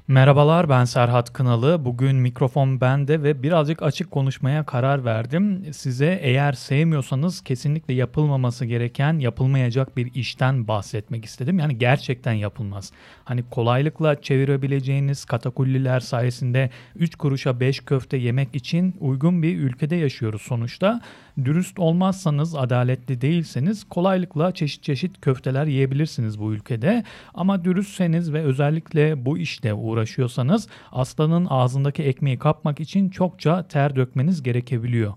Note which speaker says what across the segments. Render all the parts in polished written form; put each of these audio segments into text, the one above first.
Speaker 1: Merhabalar, ben Serhat Kınalı. Bugün mikrofon bende ve birazcık açık konuşmaya karar verdim. Size eğer sevmiyorsanız kesinlikle yapılmaması gereken, yapılmayacak bir işten bahsetmek istedim. Yani gerçekten yapılmaz. Hani kolaylıkla çevirebileceğiniz katakulliler sayesinde 3 kuruşa 5 köfte yemek için uygun bir ülkede yaşıyoruz sonuçta. Dürüst olmazsanız, adaletli değilseniz kolaylıkla çeşit çeşit köfteler yiyebilirsiniz bu ülkede. Ama dürüstseniz ve özellikle bu işte uğraşıyorsanız aslanın ağzındaki ekmeği kapmak için çokça ter dökmeniz gerekebiliyor.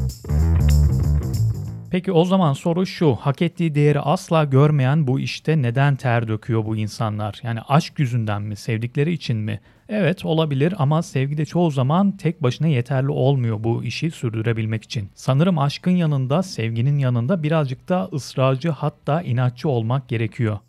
Speaker 1: Peki o zaman soru şu, hak ettiği değeri asla görmeyen bu işte neden ter döküyor bu insanlar? Yani aşk yüzünden mi, sevdikleri için mi? Evet olabilir ama sevgi de çoğu zaman tek başına yeterli olmuyor bu işi sürdürebilmek için. Sanırım aşkın yanında, sevginin yanında birazcık da ısrarcı hatta inatçı olmak gerekiyor.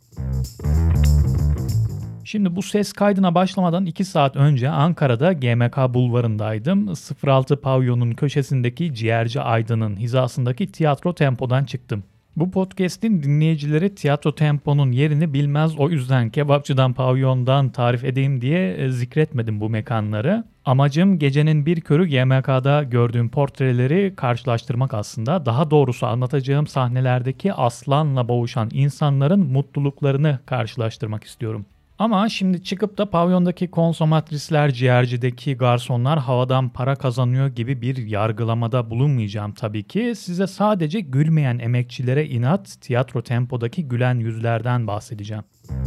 Speaker 1: Şimdi bu ses kaydına başlamadan 2 saat önce Ankara'da GMK Bulvarı'ndaydım. 06 Pavyon'un köşesindeki Ciğerci Aydın'ın hizasındaki Tiyatro Tempo'dan çıktım. Bu podcast'in dinleyicileri Tiyatro Tempo'nun yerini bilmez, o yüzden kebapçıdan pavyondan tarif edeyim diye zikretmedim bu mekanları. Amacım gecenin bir körü GMK'da gördüğüm portreleri karşılaştırmak aslında. Daha doğrusu anlatacağım sahnelerdeki aslanla boğuşan insanların mutluluklarını karşılaştırmak istiyorum. Ama şimdi çıkıp da pavyondaki konsomatrisler, ciğercideki garsonlar havadan para kazanıyor gibi bir yargılamada bulunmayacağım tabii ki. Size sadece gülmeyen emekçilere inat, Tiyatro Tempo'daki gülen yüzlerden bahsedeceğim.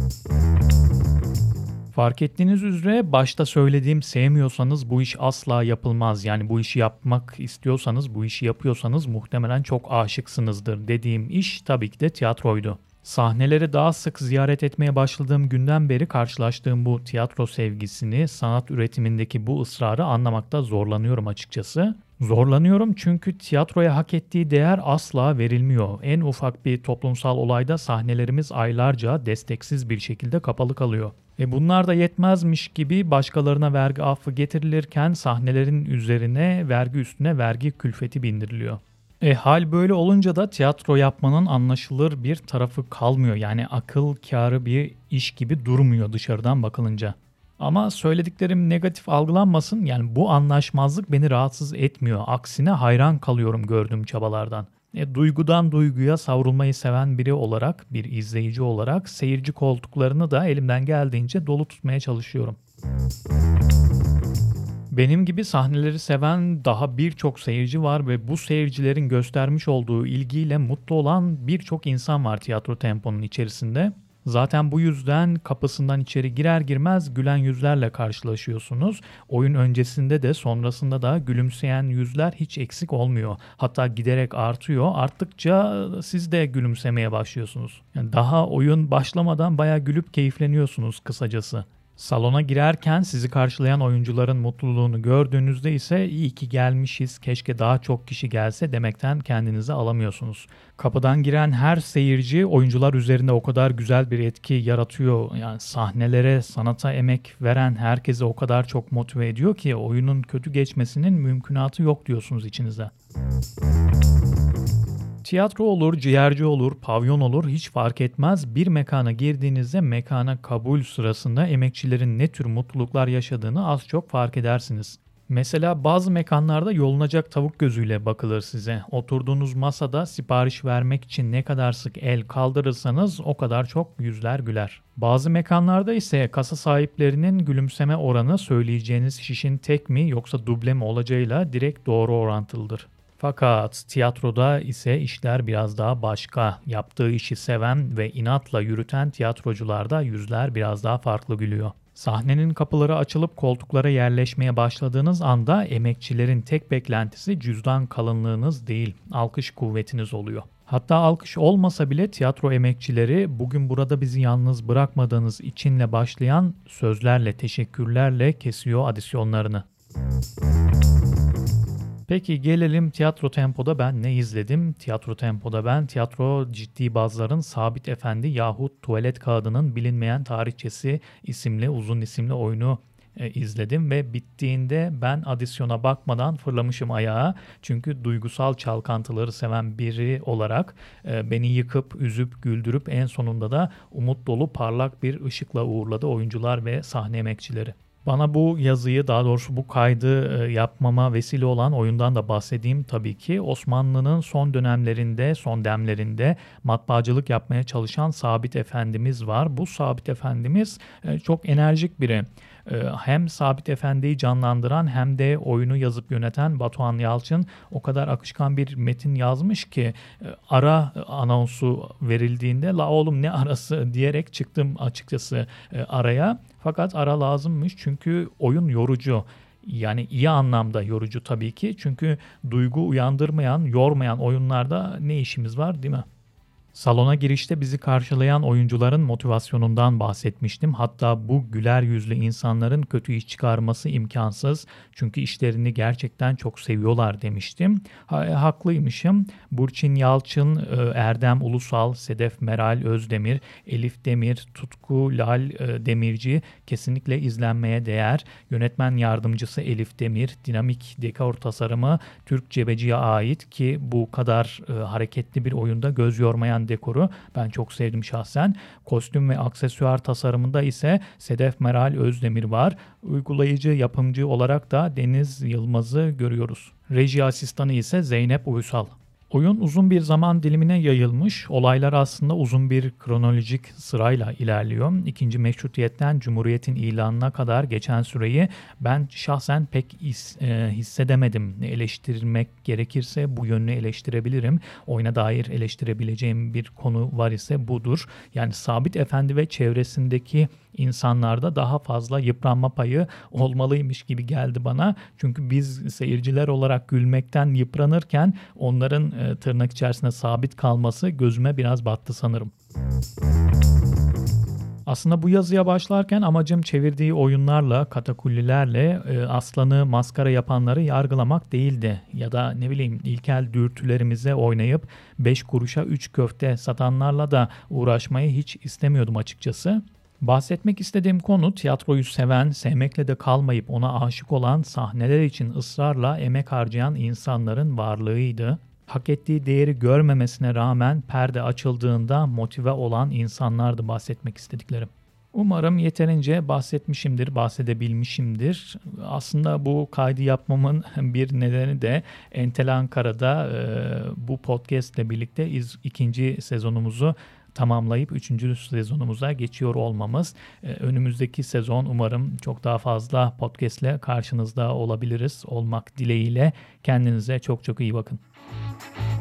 Speaker 1: Fark ettiğiniz üzere başta söylediğim, sevmiyorsanız bu iş asla yapılmaz. Yani bu işi yapmak istiyorsanız, bu işi yapıyorsanız muhtemelen çok aşıksınızdır dediğim iş tabii ki de tiyatroydu. Sahneleri daha sık ziyaret etmeye başladığım günden beri karşılaştığım bu tiyatro sevgisini, sanat üretimindeki bu ısrarı anlamakta zorlanıyorum açıkçası. Zorlanıyorum çünkü tiyatroya hak ettiği değer asla verilmiyor. En ufak bir toplumsal olayda sahnelerimiz aylarca desteksiz bir şekilde kapalı kalıyor. Bunlar da yetmezmiş gibi başkalarına vergi affı getirilirken sahnelerin üzerine vergi üstüne vergi külfeti bindiriliyor. Hal böyle olunca da tiyatro yapmanın anlaşılır bir tarafı kalmıyor. Yani akıl kârı bir iş gibi durmuyor dışarıdan bakılınca. Ama söylediklerim negatif algılanmasın. Yani bu anlaşmazlık beni rahatsız etmiyor. Aksine hayran kalıyorum gördüğüm çabalardan. Duygudan duyguya savrulmayı seven biri olarak, bir izleyici olarak seyirci koltuklarını da elimden geldiğince dolu tutmaya çalışıyorum. Benim gibi sahneleri seven daha birçok seyirci var ve bu seyircilerin göstermiş olduğu ilgiyle mutlu olan birçok insan var Tiyatro Tempo'nun içerisinde. Zaten bu yüzden kapısından içeri girer girmez gülen yüzlerle karşılaşıyorsunuz. Oyun öncesinde de sonrasında da gülümseyen yüzler hiç eksik olmuyor. Hatta giderek artıyor. Arttıkça siz de gülümsemeye başlıyorsunuz. Yani daha oyun başlamadan bayağı gülüp keyifleniyorsunuz kısacası. Salona girerken sizi karşılayan oyuncuların mutluluğunu gördüğünüzde ise iyi ki gelmişiz, keşke daha çok kişi gelse demekten kendinizi alamıyorsunuz. Kapıdan giren her seyirci oyuncular üzerinde o kadar güzel bir etki yaratıyor. Yani sahnelere, sanata emek veren herkese o kadar çok motive ediyor ki oyunun kötü geçmesinin mümkünatı yok diyorsunuz içinize. Tiyatro olur, ciğerci olur, pavyon olur hiç fark etmez. Bir mekana girdiğinizde mekana kabul sırasında emekçilerin ne tür mutluluklar yaşadığını az çok fark edersiniz. Mesela bazı mekanlarda yolunacak tavuk gözüyle bakılır size. Oturduğunuz masada sipariş vermek için ne kadar sık el kaldırırsanız o kadar çok yüzler güler. Bazı mekanlarda ise kasa sahiplerinin gülümseme oranı söyleyeceğiniz şişin tek mi yoksa duble mi olacağıyla direkt doğru orantılıdır. Fakat tiyatroda ise işler biraz daha başka. Yaptığı işi seven ve inatla yürüten tiyatrocularda yüzler biraz daha farklı gülüyor. Sahnenin kapıları açılıp koltuklara yerleşmeye başladığınız anda emekçilerin tek beklentisi cüzdan kalınlığınız değil, alkış kuvvetiniz oluyor. Hatta alkış olmasa bile tiyatro emekçileri bugün burada bizi yalnız bırakmadığınız içinle başlayan sözlerle, teşekkürlerle kesiyor adisyonlarını. Peki gelelim Tiyatro Tempo'da ben ne izledim? Tiyatro Tempo'da ben Tiyatro Ciddi Bazlar'ın Sabit Efendi yahut Tuvalet Kağıdı'nın Bilinmeyen Tarihçesi isimli uzun isimli oyunu izledim ve bittiğinde ben adisyona bakmadan fırlamışım ayağa. Çünkü duygusal çalkantıları seven biri olarak beni yıkıp, üzüp, güldürüp en sonunda da umut dolu parlak bir ışıkla uğurladı oyuncular ve sahne emekçileri. Bana bu yazıyı, daha doğrusu bu kaydı yapmama vesile olan oyundan da bahsedeyim tabii ki. Osmanlı'nın son dönemlerinde, son demlerinde matbaacılık yapmaya çalışan Sabit Efendimiz var. Bu Sabit Efendimiz çok enerjik biri. Hem Sabit Efendi'yi canlandıran hem de oyunu yazıp yöneten Batuhan Yalçın o kadar akışkan bir metin yazmış ki ara anonsu verildiğinde la oğlum ne arası diyerek çıktım açıkçası araya. Fakat ara lazımmış çünkü oyun yorucu. Yani iyi anlamda yorucu tabii ki. Çünkü duygu uyandırmayan, yormayan oyunlarda ne işimiz var, değil mi? Salona girişte bizi karşılayan oyuncuların motivasyonundan bahsetmiştim. Hatta bu güler yüzlü insanların kötü iş çıkarması imkansız. Çünkü işlerini gerçekten çok seviyorlar demiştim. Haklıymışım. Burçin Yalçın, Erdem Ulusal, Sedef Meral Özdemir, Elif Demir, Tutku Lal Demirci kesinlikle izlenmeye değer. Yönetmen yardımcısı Elif Demir, dinamik dekor tasarımı Türk Cebeci'ye ait ki bu kadar hareketli bir oyunda göz yormayan dekoru ben çok sevdim şahsen. Kostüm ve aksesuar tasarımında ise Sedef Meral Özdemir var. Uygulayıcı yapımcı olarak da Deniz Yılmaz'ı görüyoruz. Reji asistanı ise Zeynep Uysal. Oyun uzun bir zaman dilimine yayılmış. Olaylar aslında uzun bir kronolojik sırayla ilerliyor. İkinci Meşrutiyet'ten Cumhuriyet'in ilanına kadar geçen süreyi ben şahsen pek hissedemedim. Eleştirmek gerekirse bu yönünü eleştirebilirim. Oyuna dair eleştirebileceğim bir konu var ise budur. Yani Sabit Efendi ve çevresindeki insanlarda daha fazla yıpranma payı olmalıymış gibi geldi bana. Çünkü biz seyirciler olarak gülmekten yıpranırken onların tırnak içerisinde sabit kalması gözüme biraz battı sanırım. Aslında bu yazıya başlarken amacım çevirdiği oyunlarla, katakullilerle aslanı maskara yapanları yargılamak değildi. Ya da ne bileyim ilkel dürtülerimize oynayıp 5 kuruşa 3 köfte satanlarla da uğraşmayı hiç istemiyordum açıkçası. Bahsetmek istediğim konu tiyatroyu seven, sevmekle de kalmayıp ona aşık olan, sahneler için ısrarla emek harcayan insanların varlığıydı. Hak ettiği değeri görmemesine rağmen perde açıldığında motive olan insanlardı bahsetmek istediklerim. Umarım yeterince bahsetmişimdir, bahsedebilmişimdir. Aslında bu kaydı yapmamın bir nedeni de Entel Ankara'da bu podcast ile birlikte ikinci sezonumuzu tamamlayıp 3. sezonumuza geçiyor olmamız. Önümüzdeki sezon umarım çok daha fazla podcast ile karşınızda olabiliriz olmak dileğiyle. Kendinize çok çok iyi bakın.